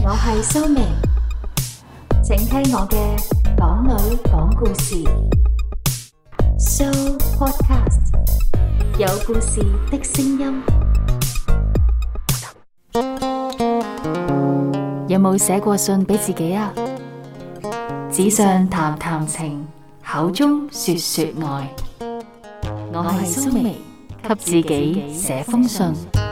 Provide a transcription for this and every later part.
我係蘇眉，請聽我嘅港女講故事。So Podcast 有故事的聲音。有冇寫過信俾自己啊？紙上談談情，口中說說愛。我係蘇眉，給自己寫封信。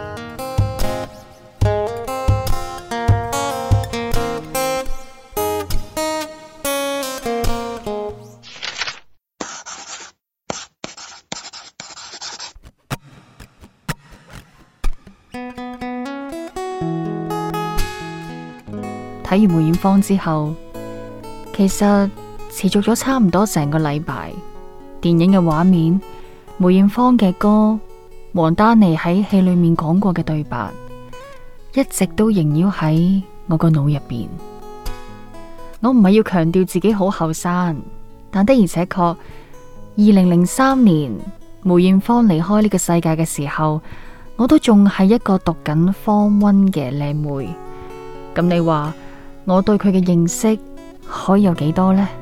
睇完梅艷芳之後，其實持續咗差唔多成個禮拜。電影嘅畫面，梅艷芳嘅歌，王丹妮喺戲裏面講過嘅對白，一直都縈繞喺我個腦入邊。我唔係要強調自己好後生，但的而且確，2003年梅艷芳離開呢個世界嘅時候，我都仲係一個讀緊Form 1嘅靚妹。咁你話我對佢嘅認識可以有幾多呢？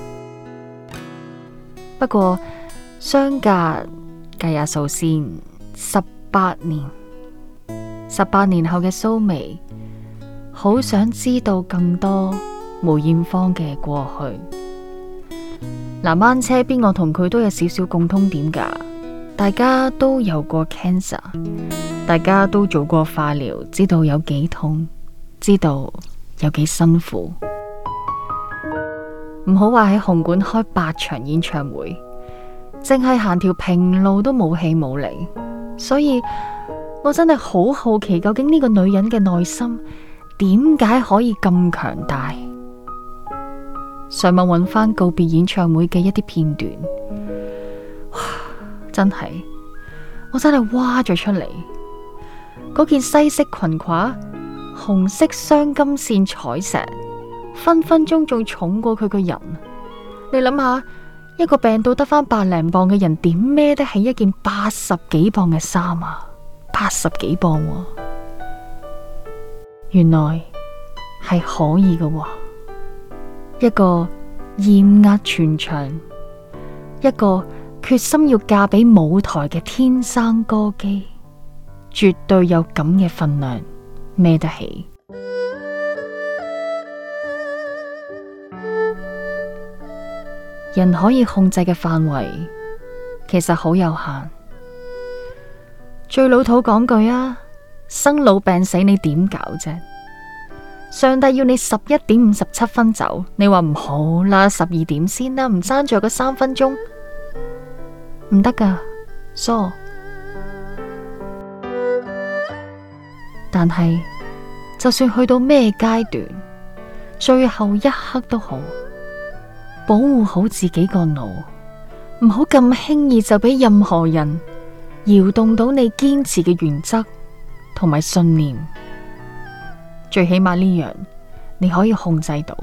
不過相隔計下數先，18年，18年後嘅蘇眉，好想知道更多梅艷芳嘅過去。南灣車邊，我同佢都有少少共通點㗎，大家都有過 cancer， 大家都做過化療，知道有幾痛，知道有幾辛苦。唔好話喺紅館開8場演唱會，淨係行條平路都冇氣冇力，所以我真係好好奇，究竟呢個女人嘅內心點解可以咁強大？上網揾翻告別演唱會嘅一啲片段，哇，我真係挖咗出嚟。嗰件西式裙褂，紅色鑲金線彩石，分分鐘仲重過佢個人。你諗下，一個病到得翻100零磅嘅人，點孭得起一件80幾磅嘅衫啊？80幾磅喎，原來係可以嘅喎。一個艷壓全場，一個決心要嫁俾舞台嘅天生歌姬，絕對有咁嘅份量，孭得起。人可以控制嘅範圍其實好有限。最老土講句啊，生老病死你點搞啫？上帝要你11點57分走，你話唔好啦，12點先啦，唔爭咗個3分鐘，唔得噶，疏。但係就算去到咩階段，最後一刻都好，保護好自己個腦，唔好咁輕易就俾任何人搖動到你堅持嘅原則同埋信念。最起碼呢樣你可以控制到。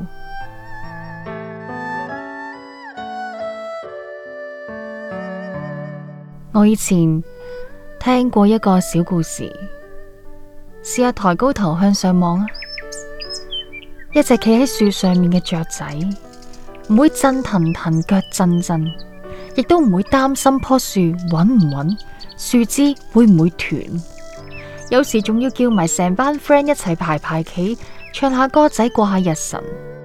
我以前聽過一個小故事，試下抬高頭向上望啊！一隻企喺樹上面嘅雀仔，唔會震騰騰腳震震，亦都唔會擔心棵樹穩唔穩，樹枝會唔會斷。有時仲要叫埋成班 friend 一齊排企，唱下歌仔過下日神。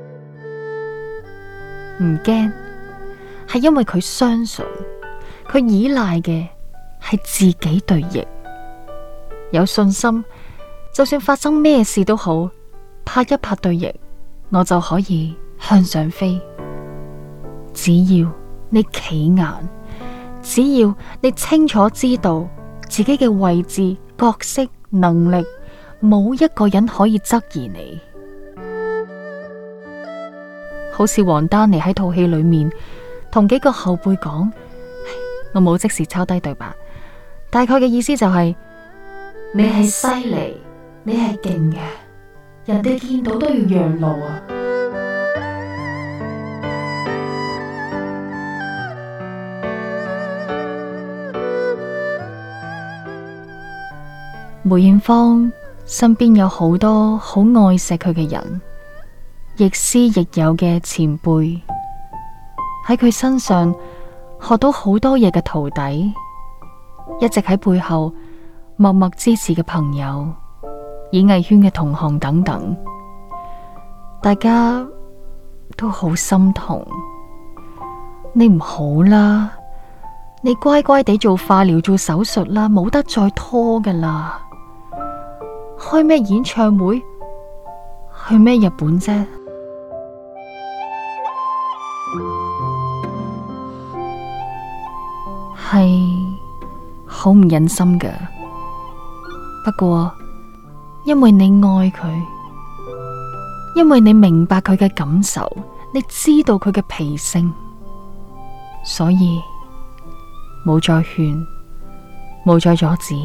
唔驚，係因為佢相信，佢依賴嘅係自己對翼。有信心，就算發生咩事都好，拍一拍對翼，我就可以向上飛。只要你企硬，只要你清楚知道自己嘅位置、角色、能力，冇一個人可以質疑你。好似王丹妮喺套戲裏面同幾個後輩講，我冇即時抄低對白，大概嘅意思就係，你係犀利，你係勁嘅，人哋見到都要讓路啊！梅艷芳身邊有好多好愛錫佢嘅人，亦師亦友嘅前輩，喺佢身上學到好多嘢嘅徒弟，一直喺背後默默支持嘅朋友，演藝圈嘅同行等等，大家都好心痛。你唔好啦，你乖乖地做化療做手術啦，冇得再拖噶啦。開咩演唱會，去咩日本啫？係好唔忍心噶。不過因為你愛佢，因為你明白佢嘅感受，你知道佢嘅脾性，所以冇再勸，冇再阻止。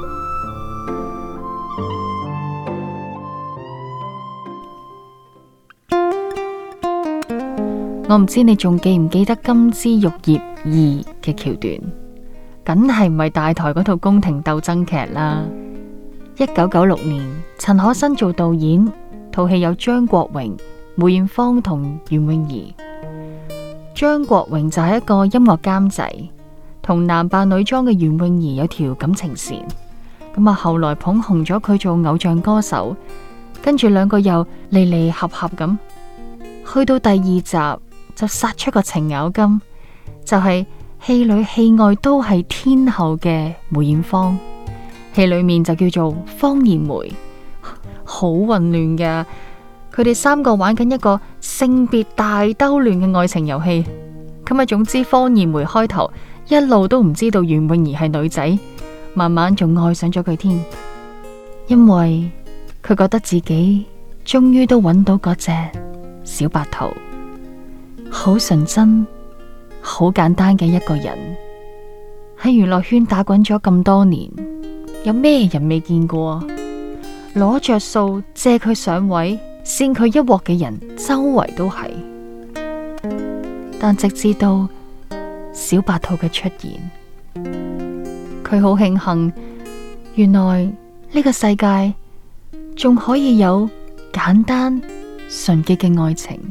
我唔知你仲記唔記得《金枝玉葉2》嘅橋段，梗係唔係大台嗰套宮廷鬥爭劇啦。1996年，陳可辛做導演，套戲有張國榮、梅艷芳同袁詠儀。張國榮就係一個音樂監製，同男扮女裝嘅袁詠儀有條感情線。咁啊，後來捧紅咗佢做偶像歌手，跟住兩個又離離合合咁，去到第2集。就殺出個程咬金，就係戲裏戲外都係天后嘅梅艷芳，戲裏面就叫做方言梅，好混亂㗎。佢哋3個玩緊一個性別大兜亂嘅愛情遊戲。咁啊，總之方言梅開頭一路都唔知道袁詠儀係女仔，慢慢仲愛上咗佢添，因為佢覺得自己終於都揾到嗰隻小白兔。好純真、好簡單嘅一個人，喺娛樂圈打滾咗咁多年，有咩人未見過？攞着數借佢上位，扇佢一鑊嘅人周圍都係。但直至到小白兔嘅出現，佢好慶幸，原來呢個世界仲可以有簡單純潔嘅愛情。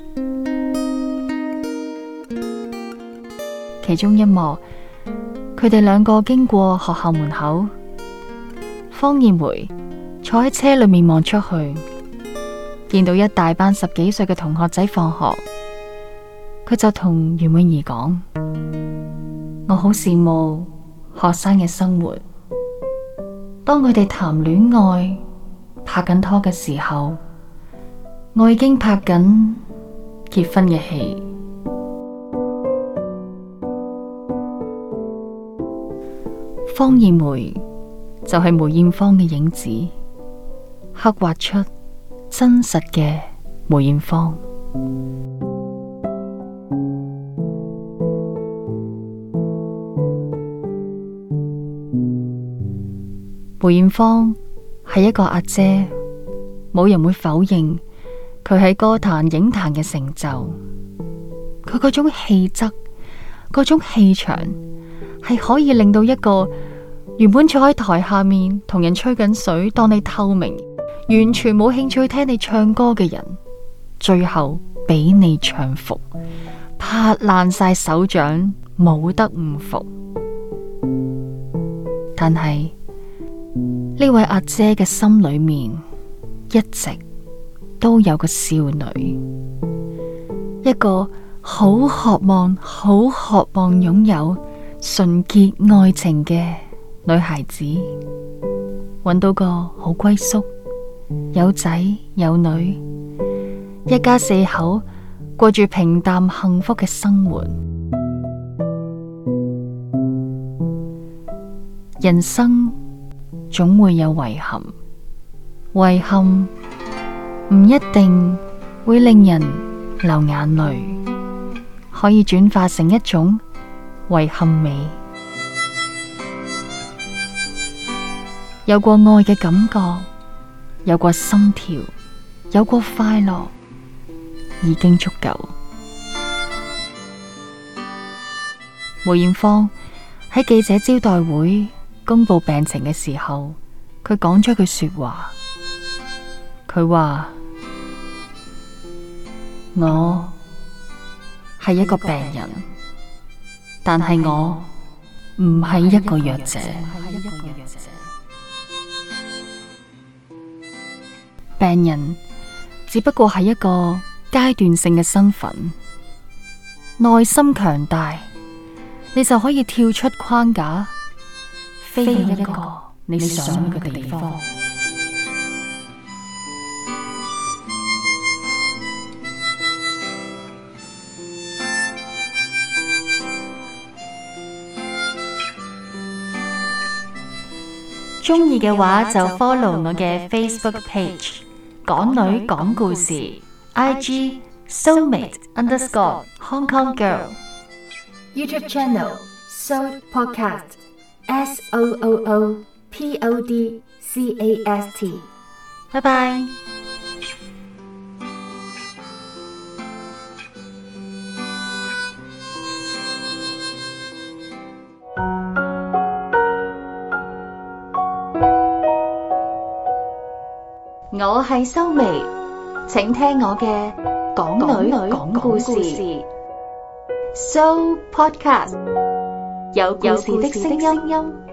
其中一幕，佢哋兩個經過學校門口，方艷梅坐喺車裏面望出去，見到一大班10幾歲嘅同學仔放學，佢就同袁詠儀講：我好羨慕學生嘅生活，當佢哋談戀愛、拍緊拖嘅時候，我已經拍緊結婚嘅戲。方艷梅就係梅艷芳嘅影子，刻畫出真實嘅梅艷芳。梅艷芳係一個阿姐，冇人會否認佢喺歌壇影壇嘅成就。佢嗰種氣質，嗰種氣場，係可以令到一個原本坐喺台下面同人吹緊水，當你透明，完全冇興趣聽你唱歌嘅人，最後俾你唱服，拍爛晒手掌，冇得唔服。但係呢位阿姐嘅心裏面一直都有個少女，一個好渴望擁有純潔愛情嘅女孩子，揾到個好歸宿，有仔有女，一家4口過住平淡幸福嘅生活。人生總會有遺憾，遺憾唔一定會令人流眼淚，可以轉化成一種遺憾美。有過愛嘅感覺，有過心跳，有過快樂，已經足夠。梅艷芳喺記者招待會公布病情嘅時候， 佢講咗句說話，佢話我係一個病人，但係我唔係一個弱者。病人只不過係一個階段性嘅身份，內心強大，你就可以跳出框架，飛去一個你想去嘅地方。鍾意嘅話就 follow 我嘅 Facebook page 港女講故事 IG Soulmate _ Hong Kong Girl YouTube channel Soul Podcast SOOOPODCAST。 拜拜。 我係修眉，請聽我嘅港女講故事，So Podcast 有故事的聲音。